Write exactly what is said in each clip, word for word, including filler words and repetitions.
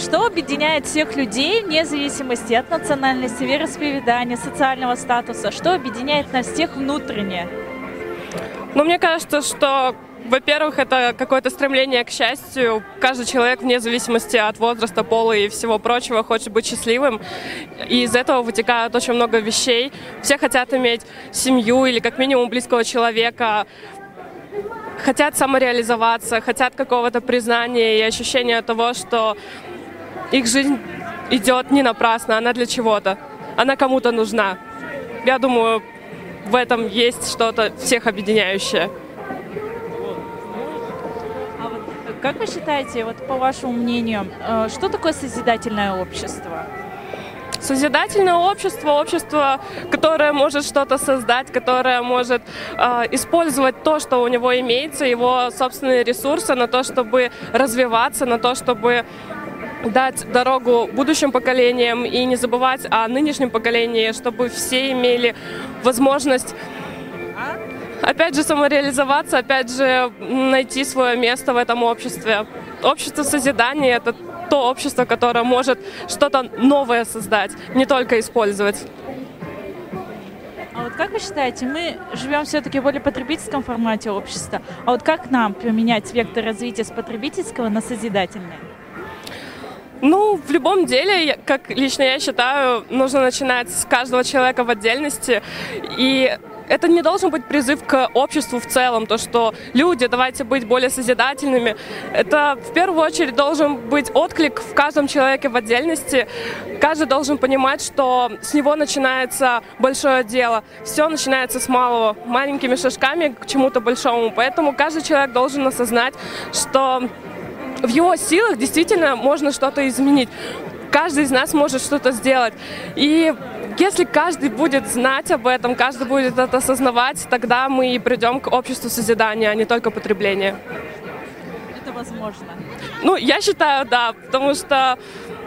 что объединяет всех людей вне зависимости от национальности, вероисповедания, социального статуса? Что объединяет нас всех внутренне? Ну, мне кажется, что, во-первых, это какое-то стремление к счастью. Каждый человек, вне зависимости от возраста, пола и всего прочего, хочет быть счастливым. И из этого вытекает очень много вещей. Все хотят иметь семью или как минимум близкого человека, хотят самореализоваться, хотят какого-то признания и ощущения того, что их жизнь идет не напрасно, она для чего-то, она кому-то нужна. Я думаю, в этом есть что-то всех объединяющее. А вот как вы считаете, вот по вашему мнению, что такое созидательное общество? Созидательное общество, общество, которое может что-то создать, которое может э, использовать то, что у него имеется, его собственные ресурсы на то, чтобы развиваться, на то, чтобы дать дорогу будущим поколениям и не забывать о нынешнем поколении, чтобы все имели возможность, опять же, самореализоваться, опять же, найти свое место в этом обществе. Общество созидания – это то общество, которое может что-то новое создать, не только использовать. А вот как вы считаете, мы живем все-таки в более потребительском формате общества, а вот как нам поменять вектор развития с потребительского на созидательное? Ну, в любом деле, как лично я считаю, нужно начинать с каждого человека в отдельности. И это не должен быть призыв к обществу в целом, то, что люди, давайте быть более созидательными. Это в первую очередь должен быть отклик в каждом человеке в отдельности. Каждый должен понимать, что с него начинается большое дело. Все начинается с малого, маленькими шажками к чему-то большому. Поэтому каждый человек должен осознать, что в его силах действительно можно что-то изменить. Каждый из нас может что-то сделать. И если каждый будет знать об этом, каждый будет это осознавать, тогда мы и придем к обществу созидания, а не только потребления. Это возможно? Ну, я считаю, да, потому что,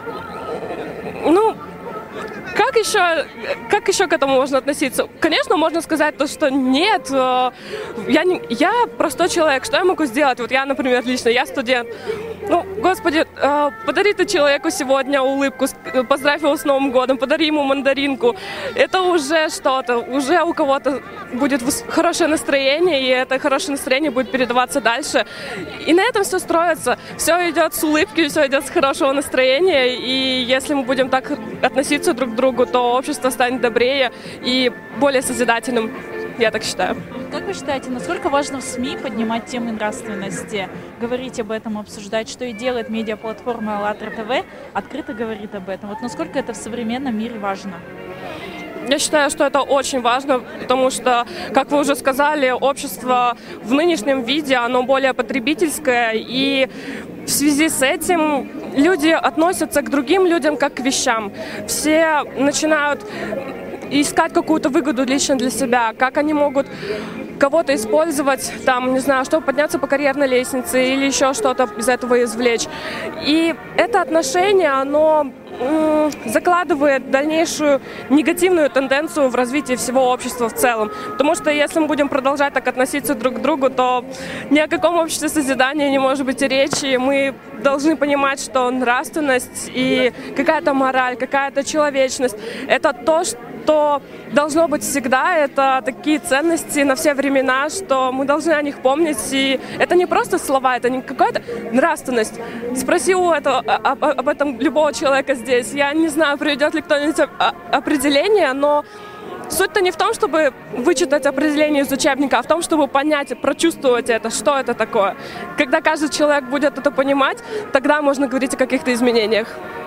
ну, как еще, как еще к этому можно относиться? Конечно, можно сказать то, что нет, я, не, я простой человек, что я могу сделать? Вот я, например, лично, я студент. Ну, Господи, подари ты человеку сегодня улыбку, поздравь его с Новым годом, подари ему мандаринку. Это уже что-то, уже у кого-то будет хорошее настроение, и это хорошее настроение будет передаваться дальше. И на этом все строится. Все идет с улыбки, все идет с хорошего настроения, и если мы будем так относиться друг к другу, то общество станет добрее и более созидательным, я так считаю. Как вы считаете, насколько важно в СМИ поднимать темы нравственности, говорить об этом, обсуждать, что и делает медиаплатформа АЛЛАТРА ТВ, открыто говорит об этом? Вот насколько это в современном мире важно? Я считаю, что это очень важно, потому что, как вы уже сказали, общество в нынешнем виде, оно более потребительское, и в связи с этим люди относятся к другим людям как к вещам. Все начинают искать какую-то выгоду лично для себя, как они могут кого-то использовать, там, не знаю, чтобы подняться по карьерной лестнице или еще что-то из этого извлечь. И это отношение, оно м- закладывает дальнейшую негативную тенденцию в развитии всего общества в целом. Потому что если мы будем продолжать так относиться друг к другу, то ни о каком обществе созидания не может быть и речи. Мы должны понимать, что нравственность и какая-то мораль, какая-то человечность – это то, что то должно быть всегда, это такие ценности на все времена, что мы должны о них помнить. И это не просто слова, это не какая-то нравственность. Спроси у этого, об, об этом любого человека здесь. Я не знаю, приведет ли кто-нибудь определение, но суть-то не в том, чтобы вычитать определение из учебника, а в том, чтобы понять, прочувствовать это, что это такое. Когда каждый человек будет это понимать, тогда можно говорить о каких-то изменениях.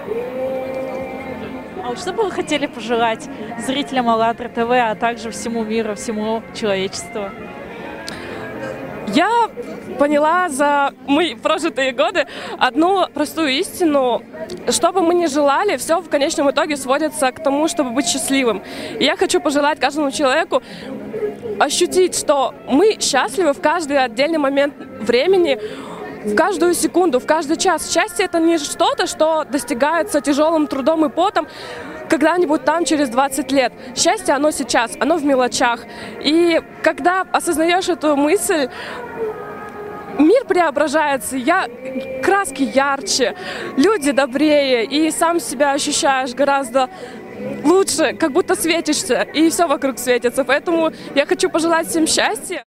А вот что бы вы хотели пожелать зрителям АЛЛАТРА ТВ, а также всему миру, всему человечеству? Я поняла за мои прожитые годы одну простую истину. Что бы мы ни желали, все в конечном итоге сводится к тому, чтобы быть счастливым. И я хочу пожелать каждому человеку ощутить, что мы счастливы в каждый отдельный момент времени, в каждую секунду, в каждый час. Счастье – это не что-то, что достигается тяжелым трудом и потом когда-нибудь там через двадцать лет. Счастье, оно сейчас, оно в мелочах. И когда осознаешь эту мысль, мир преображается, я, краски ярче, люди добрее, и сам себя ощущаешь гораздо лучше, как будто светишься, и все вокруг светится. Поэтому я хочу пожелать всем счастья.